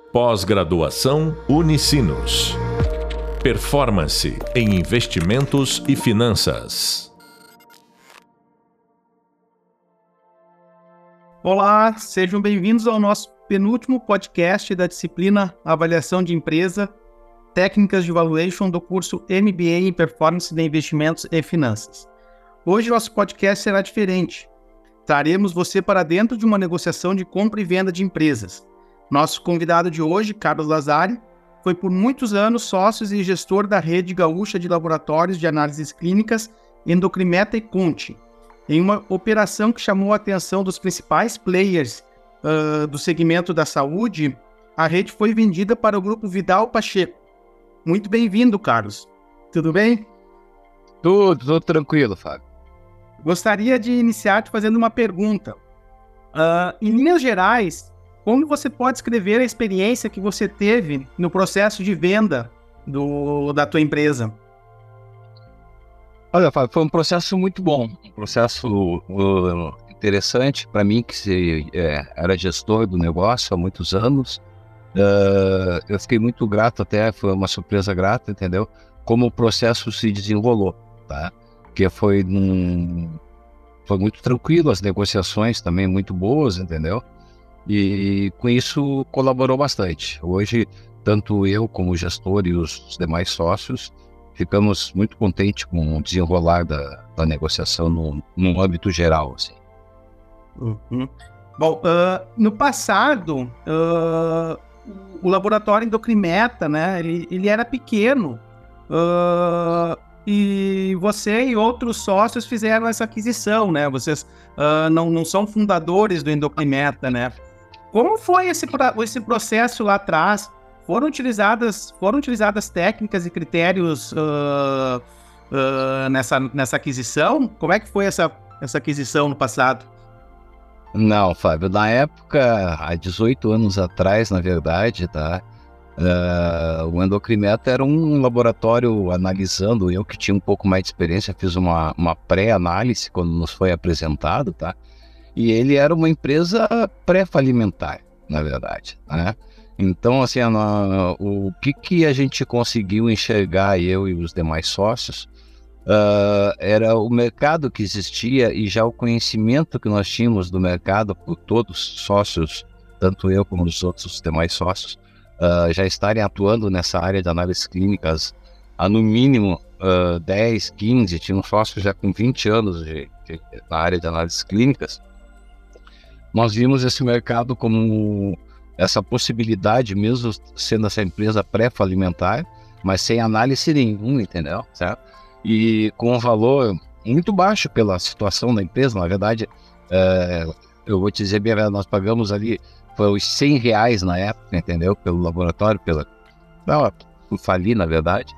Pós-graduação Unicinos. Performance em investimentos e finanças. Olá, sejam bem-vindos ao nosso penúltimo podcast da disciplina Avaliação de Empresa, Técnicas de Valuation do curso MBA em Performance de Investimentos e Finanças. Hoje nosso podcast será diferente. Traremos você para dentro de uma negociação de compra e venda de empresas. Nosso convidado de hoje, Carlos Lazari, foi por muitos anos sócio e gestor da rede gaúcha de laboratórios de análises clínicas Endocrimeta e Conte, em uma operação que chamou a atenção dos principais players do segmento da saúde. A rede foi vendida para o grupo Vidal Pacheco. Muito bem-vindo, Carlos. Tudo bem? Tudo tranquilo, Fábio. Gostaria de iniciar te fazendo uma pergunta. Em linhas gerais, como você pode descrever a experiência que você teve no processo de venda da tua empresa? Olha, Fábio, foi um processo muito bom, um processo interessante para mim, que era gestor do negócio há muitos anos. Eu fiquei muito grato, até foi uma surpresa grata, entendeu? Como o processo se desenrolou, tá? Porque foi muito tranquilo, as negociações também muito boas, entendeu? E com isso colaborou bastante. Hoje, tanto eu como o gestor e os demais sócios ficamos muito contentes com o desenrolar da negociação no âmbito geral, assim. Uhum. Bom, no passado, o laboratório Endocrimeta, né, ele era pequeno, e você e outros sócios fizeram essa aquisição, né? Vocês não são fundadores do Endocrimeta, né? Como foi esse processo lá atrás? Foram utilizadas técnicas e critérios nessa aquisição? Como é que foi essa aquisição no passado? Não, Fábio, na época, há 18 anos atrás, na verdade, tá? O Endocrimeta era um laboratório analisando, eu que tinha um pouco mais de experiência, fiz uma pré-análise quando nos foi apresentado, tá? E ele era uma empresa pré-falimentar, na verdade, né? Então, assim, o que a gente conseguiu enxergar, eu e os demais sócios, era o mercado que existia e já o conhecimento que nós tínhamos do mercado, por todos os sócios, tanto eu como os outros demais sócios, já estarem atuando nessa área de análises clínicas há no mínimo 10, 15, tinha um sócio já com 20 anos na área de análises clínicas. Nós vimos esse mercado como essa possibilidade, mesmo sendo essa empresa pré-falimentar, mas sem análise nenhuma, entendeu? Certo? E com um valor muito baixo pela situação da empresa. Na verdade, eu vou te dizer bem, nós pagamos ali, foi os R$100 na época, entendeu? Pelo laboratório, por falir, na verdade.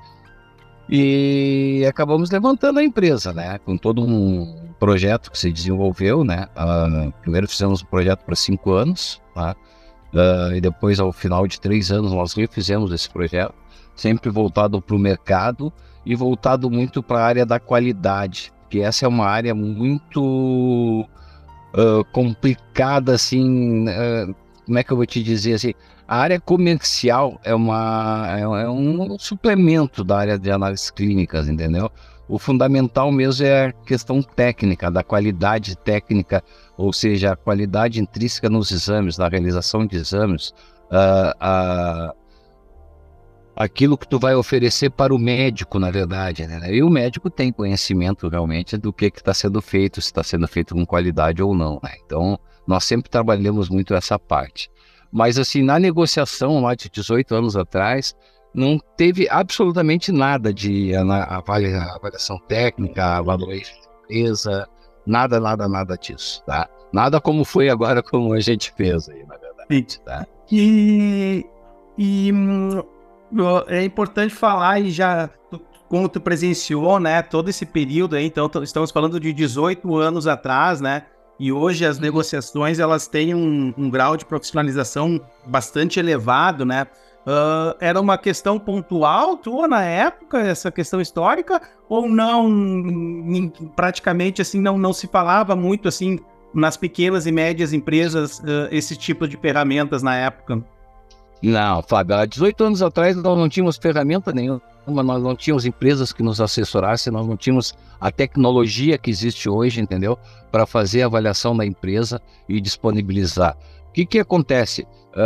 E acabamos levantando a empresa, né? Com todo um projeto que se desenvolveu, né? Primeiro fizemos um projeto para 5 anos, tá? E depois, ao final de 3 anos, nós refizemos esse projeto, sempre voltado para o mercado e voltado muito para a área da qualidade, porque essa é uma área muito complicada, assim, como é que eu vou te dizer, assim, a área comercial é um suplemento da área de análises clínicas, entendeu? O fundamental mesmo é a questão técnica, da qualidade técnica, ou seja, a qualidade intrínseca nos exames, na realização de exames, aquilo que tu vai oferecer para o médico, na verdade, né? E o médico tem conhecimento realmente do que está sendo feito, se está sendo feito com qualidade ou não, né? Então, nós sempre trabalhamos muito essa parte. Mas, assim, na negociação lá de 18 anos atrás, não teve absolutamente nada de avaliação técnica, avaliação de empresa, nada disso, tá? Nada como foi agora, como a gente fez aí, na verdade, tá? E é importante falar, e já como tu presenciou, né, todo esse período aí, então estamos falando de 18 anos atrás, né? E hoje as negociações, elas têm um grau de profissionalização bastante elevado, né? Era uma questão pontual tua na época, essa questão histórica, ou não, praticamente assim, não se falava muito assim nas pequenas e médias empresas esse tipo de ferramentas na época? Não, Fábio, há 18 anos atrás nós não tínhamos ferramenta nenhuma, nós não tínhamos empresas que nos assessorassem, nós não tínhamos a tecnologia que existe hoje, entendeu? Para fazer a avaliação da empresa e disponibilizar. O que acontece?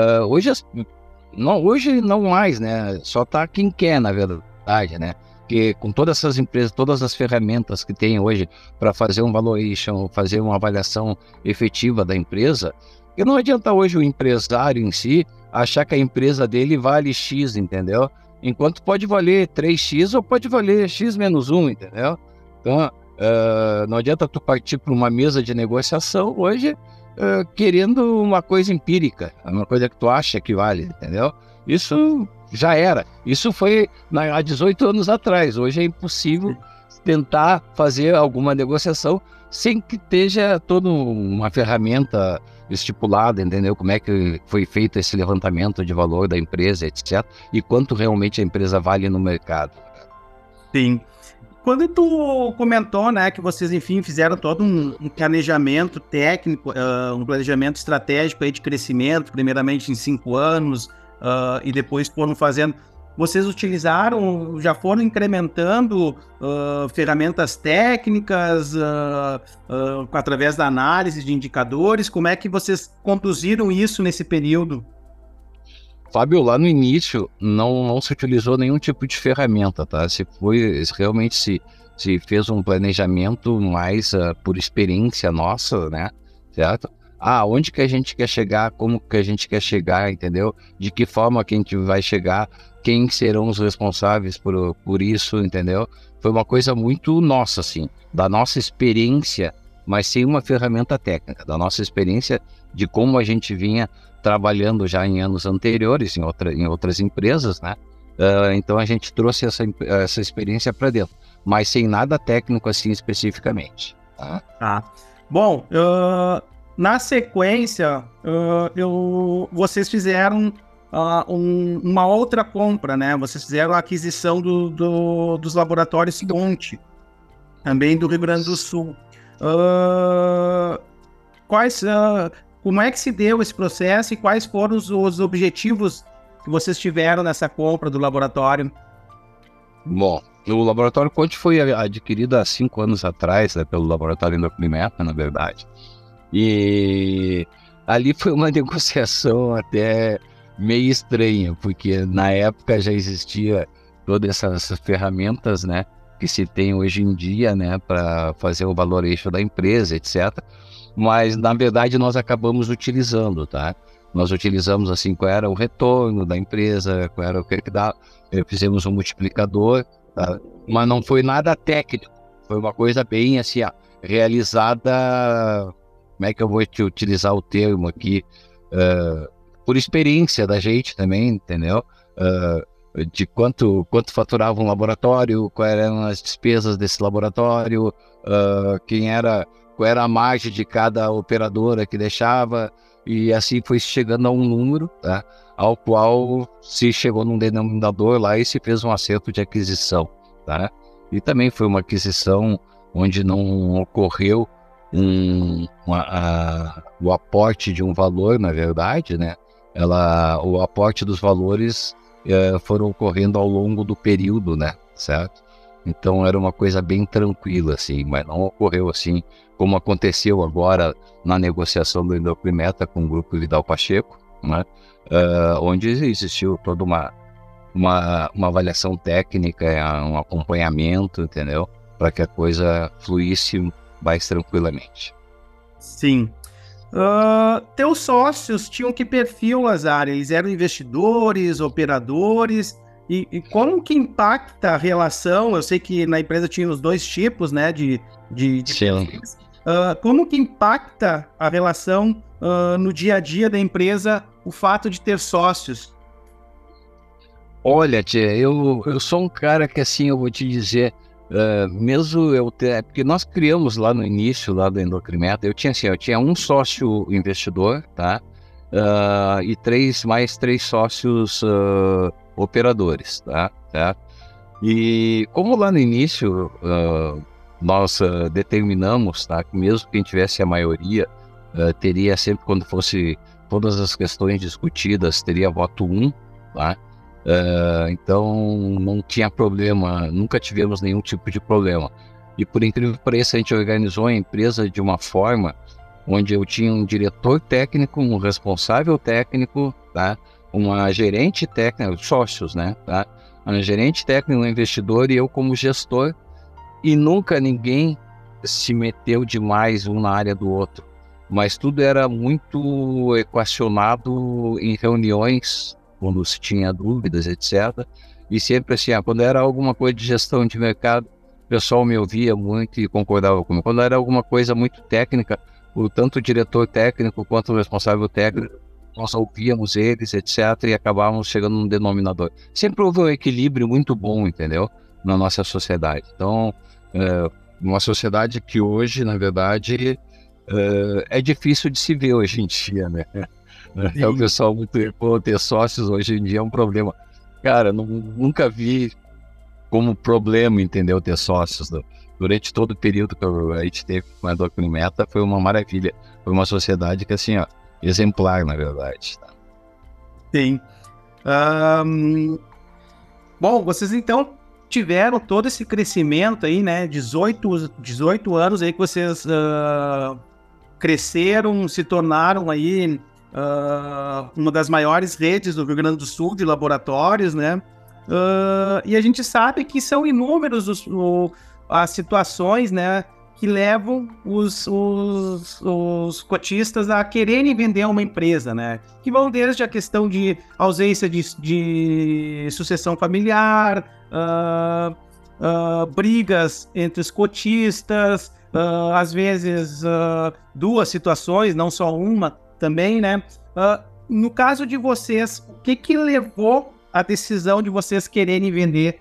Hoje não mais, né? Só está quem quer, na verdade, né? Porque com todas essas empresas, todas as ferramentas que tem hoje para fazer um valuation, fazer uma avaliação efetiva da empresa, e não adianta hoje o empresário em si achar que a empresa dele vale X, entendeu? Enquanto pode valer 3X ou pode valer X menos 1, entendeu? Então, não adianta tu partir para uma mesa de negociação hoje querendo uma coisa empírica, uma coisa que tu acha que vale, entendeu? Isso já era. Isso foi há 18 anos atrás. Hoje é impossível tentar fazer alguma negociação sem que esteja toda uma ferramenta estipulada, entendeu? Como é que foi feito esse levantamento de valor da empresa, etc. E quanto realmente a empresa vale no mercado. Sim. Quando tu comentou, né, que vocês, enfim, fizeram todo um planejamento técnico, um planejamento estratégico aí de crescimento, primeiramente em 5 anos, e depois foram fazendo... Vocês utilizaram, já foram incrementando ferramentas técnicas através da análise de indicadores? Como é que vocês conduziram isso nesse período? Fábio, lá no início não se utilizou nenhum tipo de ferramenta, tá? Realmente se fez um planejamento mais por experiência nossa, né? Certo? Onde que a gente quer chegar, como que a gente quer chegar, entendeu? De que forma que a gente vai chegar, quem serão os responsáveis por isso, entendeu? Foi uma coisa muito nossa, assim, da nossa experiência, mas sem uma ferramenta técnica, da nossa experiência de como a gente vinha trabalhando já em anos anteriores, em outras empresas, né? Então a gente trouxe essa experiência para dentro, mas sem nada técnico assim especificamente. Tá? Bom, na sequência, vocês fizeram uma outra compra, né? Vocês fizeram a aquisição dos laboratórios Ponte, também do Rio Grande do Sul. Como é que se deu esse processo e quais foram os objetivos que vocês tiveram nessa compra do laboratório? Bom, o laboratório Ponte foi adquirido há 5 anos atrás, né, pelo laboratório Endoclimeta, na verdade. E ali foi uma negociação até meio estranha, porque na época já existia todas essas ferramentas, né, que se tem hoje em dia, né, para fazer o valuation da empresa, etc. Mas na verdade nós acabamos utilizando, tá? Nós utilizamos assim qual era o retorno da empresa, qual era o que dá. Fizemos um multiplicador, tá? Mas não foi nada técnico, foi uma coisa bem assim, realizada. Como é que eu vou te utilizar o termo aqui? Por experiência da gente também, entendeu? De quanto faturava um laboratório, quais eram as despesas desse laboratório, qual era a margem de cada operadora que deixava, e assim foi chegando a um número, tá? Ao qual se chegou num denominador lá e se fez um acerto de aquisição, tá? E também foi uma aquisição onde não ocorreu o aporte de um valor, na verdade, né? O aporte dos valores foram ocorrendo ao longo do período, né? Certo? Então era uma coisa bem tranquila, assim, mas não ocorreu assim como aconteceu agora na negociação do Endoclimeta com o grupo Vidal Pacheco, né? Onde existiu toda uma avaliação técnica, um acompanhamento, entendeu? Para que a coisa fluísse mais tranquilamente. Sim. Teus sócios tinham que perfil, Lazar? Eles eram investidores, operadores? E como que impacta a relação? Eu sei que na empresa tinha os dois tipos, né, de perfis. Como que impacta a relação no dia a dia da empresa o fato de ter sócios? Olha, tia, eu sou um cara que, assim, eu vou te dizer, mesmo porque nós criamos lá no início, lá do Endoclimeta, eu tinha um sócio investidor, tá? E mais três sócios operadores, tá? Certo? E como lá no início nós determinamos, tá, que mesmo quem tivesse a maioria, teria sempre, quando fosse todas as questões discutidas teria voto 1, tá? Então não tinha problema, nunca tivemos nenhum tipo de problema. E por incrível que pareça, a gente organizou a empresa de uma forma onde eu tinha um diretor técnico, um responsável técnico, tá? Uma gerente técnica, sócios, né? Tá? Uma gerente técnica, um investidor e eu como gestor, e nunca ninguém se meteu demais um na área do outro. Mas tudo era muito equacionado em reuniões, quando se tinha dúvidas, etc. E sempre assim, quando era alguma coisa de gestão de mercado, o pessoal me ouvia muito e concordava comigo. Quando era alguma coisa muito técnica, tanto o diretor técnico quanto o responsável técnico, nós ouvíamos eles, etc. E acabávamos chegando num denominador. Sempre houve um equilíbrio muito bom, entendeu? Na nossa sociedade. Então, uma sociedade que hoje, na verdade, é difícil de se ver hoje em dia, né? É o pessoal muito, ter sócios hoje em dia é um problema. Cara, nunca vi como problema, entendeu, ter sócios. Durante todo o período que a gente teve com a Documenta, foi uma maravilha. Foi uma sociedade que, assim, exemplar, na verdade. Tá? Sim. Bom, vocês então tiveram todo esse crescimento aí, né? 18 anos aí que vocês cresceram, se tornaram aí uma das maiores redes do Rio Grande do Sul de laboratórios, né? E a gente sabe que são inúmeros as situações, né, que levam os cotistas a quererem vender uma empresa, né? Que vão desde a questão de ausência de sucessão familiar, brigas entre os cotistas, às vezes duas situações, não só uma também, né? No caso de vocês, o que levou a decisão de vocês quererem vender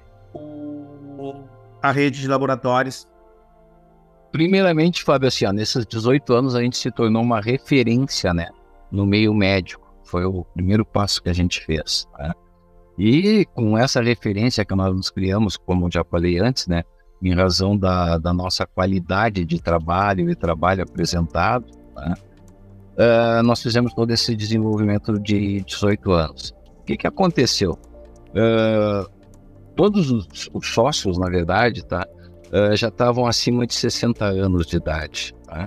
a rede de laboratórios? Primeiramente, Fábio, assim, nesses 18 anos a gente se tornou uma referência, né, no meio médico. Foi o primeiro passo que a gente fez, né? E com essa referência que nós nos criamos, como eu já falei antes, né, em razão da nossa qualidade de trabalho e trabalho apresentado, né, nós fizemos todo esse desenvolvimento de 18 anos. O que aconteceu? Todos os sócios, na verdade, tá, já estavam acima de 60 anos de idade. Tá?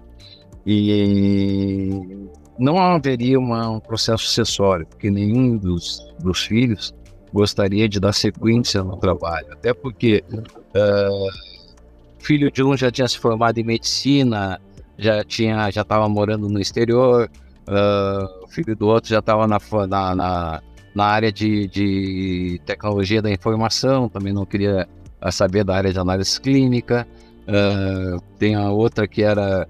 E não haveria um processo sucessório, porque nenhum dos filhos gostaria de dar sequência no trabalho. Até porque o filho de um já tinha se formado em medicina, já estava morando no exterior, o filho do outro já estava na área de tecnologia da informação, também não queria saber da área de análise clínica. Tem a outra que era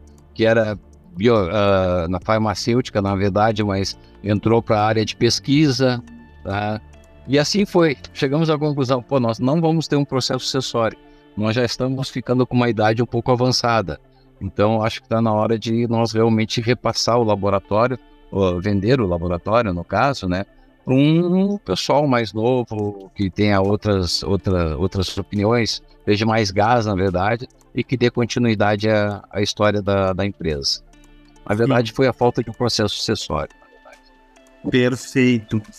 na farmacêutica, na verdade, mas entrou para a área de pesquisa, tá? E assim foi. Chegamos à conclusão, nós não vamos ter um processo sucessório. Nós já estamos ficando com uma idade um pouco avançada. Então, acho que está na hora de nós realmente repassar o laboratório, ou vender o laboratório, no caso, né? Para um pessoal mais novo, que tenha outras opiniões, veja mais gás, na verdade, e que dê continuidade à história da empresa. Na verdade, foi a falta de um processo sucessório. Perfeito.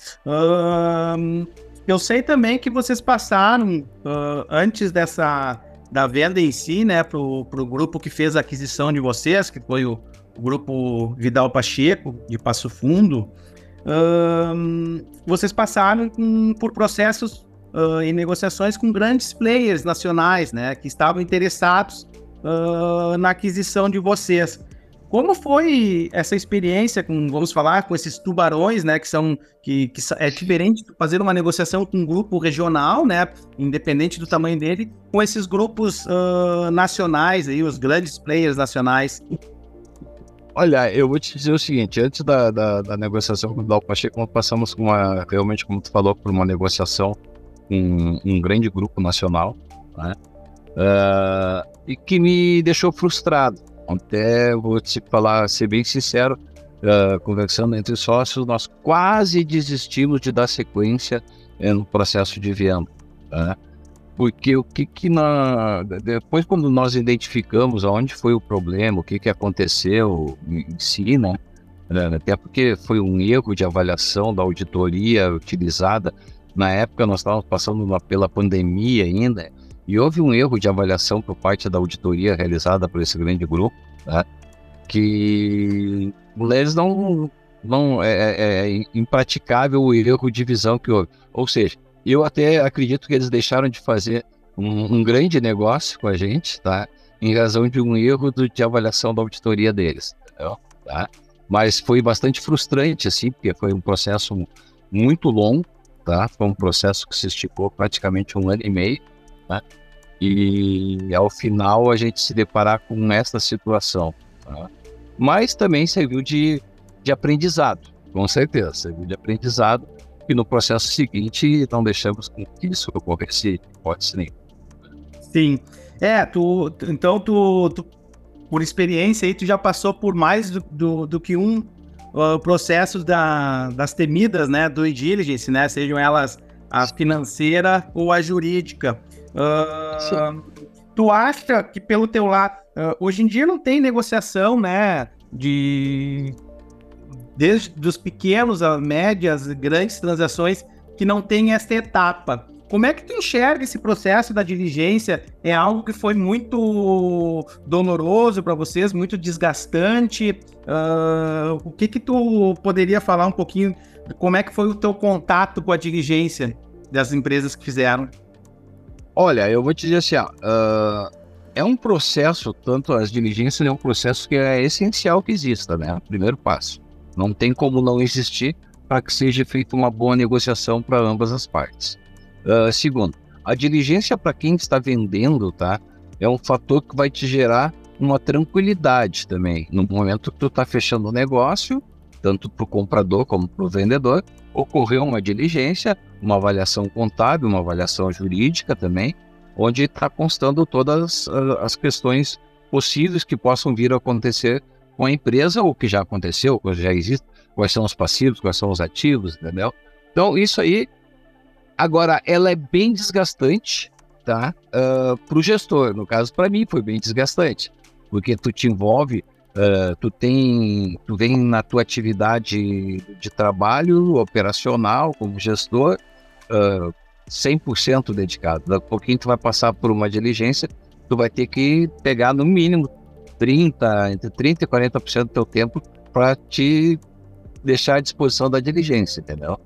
Eu sei também que vocês passaram, antes da venda em si, né, para o grupo que fez a aquisição de vocês, que foi o grupo Vidal Pacheco, de Passo Fundo. Vocês passaram por processos em negociações com grandes players nacionais, né, que estavam interessados na aquisição de vocês. Como foi essa experiência vamos falar, com esses tubarões, né, que é diferente de fazer uma negociação com um grupo regional, né, independente do tamanho dele, com esses grupos nacionais, aí, os grandes players nacionais? Olha, eu vou te dizer o seguinte, antes da negociação com o Vidal Pacheco, nós passamos realmente, como tu falou, por uma negociação com um grande grupo nacional, né, e que me deixou frustrado. Até vou te falar, ser bem sincero, conversando entre sócios, nós quase desistimos de dar sequência no processo de venda, né? Porque depois, quando nós identificamos aonde foi o problema, o que aconteceu em si, né? né? Até porque foi um erro de avaliação da auditoria utilizada. Na época nós estávamos passando pela pandemia ainda, e houve um erro de avaliação por parte da auditoria realizada por esse grande grupo, tá? Que eles é impraticável o erro de visão que houve. Ou seja, eu até acredito que eles deixaram de fazer um grande negócio com a gente, tá? Em razão de um erro de avaliação da auditoria deles, entendeu? Tá? Mas foi bastante frustrante, assim, porque foi um processo muito longo, tá? Foi um processo que se esticou praticamente 1 ano e meio, tá? E ao final a gente se deparar com essa situação, tá? Mas também serviu de aprendizado, com certeza, serviu de aprendizado, e no processo seguinte não deixamos que isso ocorresse, pode ser nem. Sim. Então, por experiência aí, tu já passou por mais do que um processo das temidas, né, due diligence, né, sejam elas a financeira ou a jurídica. Tu acha que pelo teu lado, hoje em dia não tem negociação, né, desde os pequenos a médias, grandes transações que não tem essa etapa. Como é que tu enxerga esse processo da diligência? É algo que foi muito doloroso para vocês, muito desgastante? O que tu poderia falar um pouquinho? Como é que foi o teu contato com a diligência das empresas que fizeram? Olha, eu vou te dizer assim, é um processo, tanto as diligências é um processo que é essencial que exista, né? O primeiro passo. Não tem como não existir para que seja feita uma boa negociação para ambas as partes. Segundo, a diligência para quem está vendendo, tá? É um fator que vai te gerar uma tranquilidade também. No momento que tu está fechando o negócio, tanto para o comprador como para o vendedor, ocorreu uma diligência, uma avaliação contábil, uma avaliação jurídica também, onde está constando todas as questões possíveis que possam vir a acontecer com a empresa, ou que já aconteceu, ou que já existe, quais são os passivos, quais são os ativos, entendeu? Então, isso aí, agora, ela é bem desgastante, tá? Para o gestor, no caso, para mim, foi bem desgastante, porque tu te envolve, tu vem na tua atividade de trabalho operacional como gestor, 100% dedicado. Daqui a pouquinho tu vai passar por uma diligência, tu vai ter que pegar no mínimo entre 30% e 40% do teu tempo para te deixar à disposição da diligência, entendeu?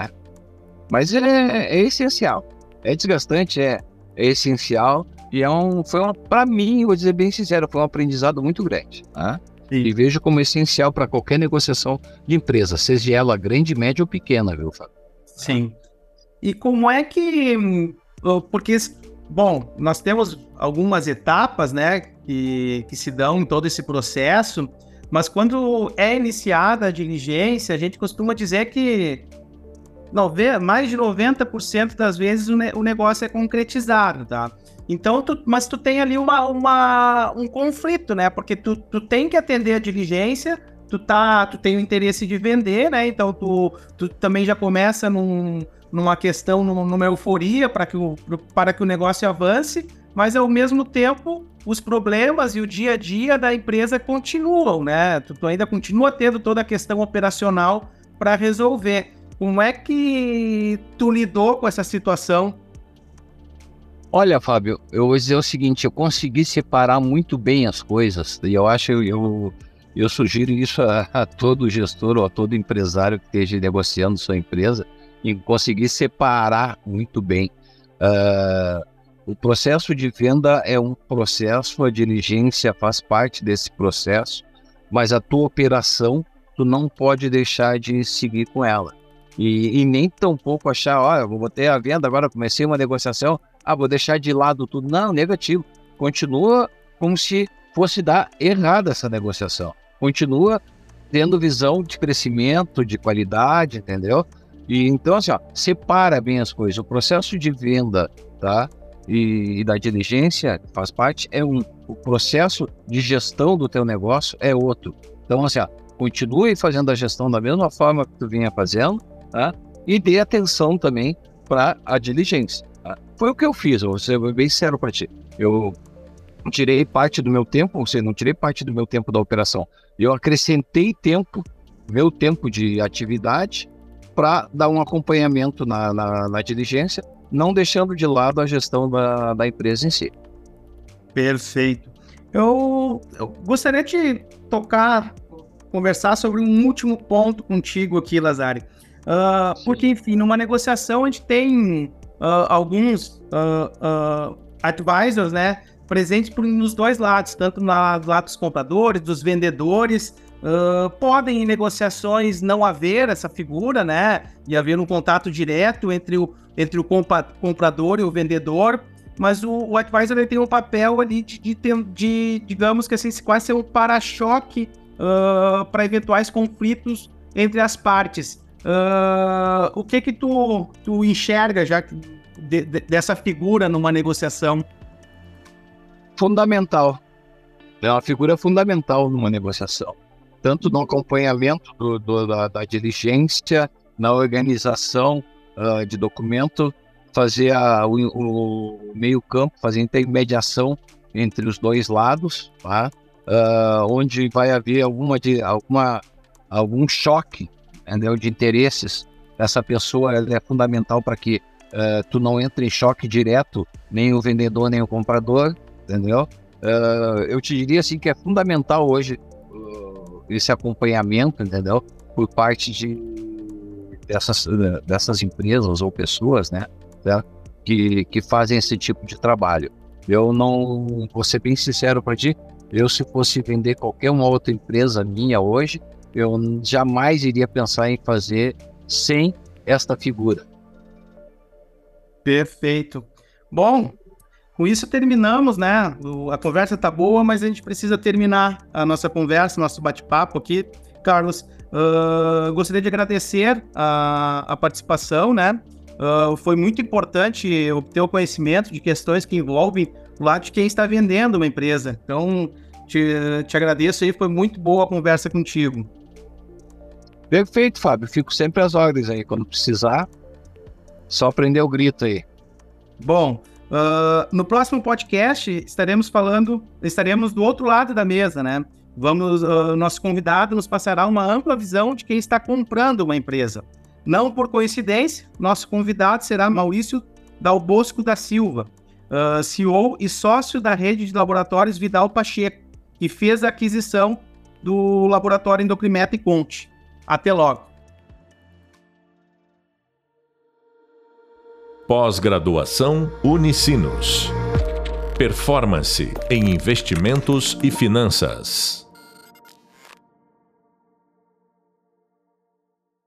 Mas é essencial, é desgastante, é essencial, e para mim, vou dizer bem sincero, foi um aprendizado muito grande, tá? E vejo como essencial para qualquer negociação de empresa, seja ela grande, média ou pequena, viu, Fábio? Sim. E como é que... Porque, bom, nós temos algumas etapas, né, que se dão em todo esse processo, mas quando é iniciada a diligência, a gente costuma dizer que mais de 90% das vezes o negócio é concretizado, tá? Então, mas tu tem ali um conflito, né? Porque tu tem que atender a diligência, tu tem o interesse de vender, né? Então, tu também já começa numa questão, numa euforia para que o negócio avance, mas ao mesmo tempo os problemas e o dia a dia da empresa continuam, né? Tu ainda continua tendo toda a questão operacional para resolver. Como é que tu lidou com essa situação? Olha, Fábio, eu vou dizer o seguinte, eu consegui separar muito bem as coisas, e eu sugiro isso a todo gestor ou a todo empresário que esteja negociando sua empresa, em conseguir separar muito bem. O processo de venda é um processo, a diligência faz parte desse processo, mas a tua operação, tu não pode deixar de seguir com ela. E nem tampouco achar, olha, vou botar a venda, agora comecei uma negociação, vou deixar de lado tudo. Não, negativo. Continua como se fosse dar errada essa negociação. Continua tendo visão de crescimento, de qualidade, entendeu? E então, assim, separa bem as coisas. O processo de venda, tá? E da diligência, faz parte, o processo de gestão do teu negócio é outro. Então, assim, continue fazendo a gestão da mesma forma que tu vinha fazendo, tá? E dê atenção também para a diligência. Tá? Foi o que eu fiz, eu vou ser bem sincero para ti. Eu tirei parte do meu tempo, ou seja, não tirei parte do meu tempo da operação. Eu acrescentei tempo meu tempo de atividade para dar um acompanhamento na diligência, não deixando de lado a gestão da empresa em si. Perfeito. Eu gostaria de conversar sobre um último ponto contigo aqui, Lazari. Porque, enfim, numa negociação a gente tem alguns advisors, né, presentes nos dois lados, tanto no lado dos compradores, dos vendedores. Podem em negociações não haver essa figura, né, e haver um contato direto entre o comprador e o vendedor, mas o advisor ele tem um papel ali de digamos que assim, quase ser um para-choque para eventuais conflitos entre as partes. O que tu enxerga já dessa figura numa negociação? Fundamental. É uma figura fundamental numa negociação. Tanto no acompanhamento da diligência, na organização de documento, fazer o meio campo, fazer intermediação entre os dois lados, tá? Onde vai haver algum choque, entendeu, de interesses. Essa pessoa ela é fundamental para que tu não entre em choque direto, nem o vendedor, nem o comprador, entendeu? Eu te diria assim que é fundamental hoje esse acompanhamento, entendeu? Por parte dessas empresas ou pessoas, né? Que fazem esse tipo de trabalho. Eu não vou ser bem sincero para ti, se fosse vender qualquer uma outra empresa minha hoje, eu jamais iria pensar em fazer sem esta figura. Perfeito. Bom, com isso terminamos, né? A conversa tá boa, mas a gente precisa terminar a nossa conversa, nosso bate-papo aqui. Carlos, gostaria de agradecer a participação, né? Foi muito importante obter o conhecimento de questões que envolvem o lado de quem está vendendo uma empresa. Então, te agradeço aí, foi muito boa a conversa contigo. Perfeito, Fábio. Fico sempre às ordens aí. Quando precisar, só prender o grito aí. Bom, no próximo podcast estaremos do outro lado da mesa, né? Nosso convidado nos passará uma ampla visão de quem está comprando uma empresa. Não por coincidência, nosso convidado será Maurício Dal Bosco da Silva, CEO e sócio da rede de laboratórios Vidal Pacheco, que fez a aquisição do laboratório Endocrimeta e Conte. Até logo. Pós-graduação Unicinos. Performance em investimentos e finanças.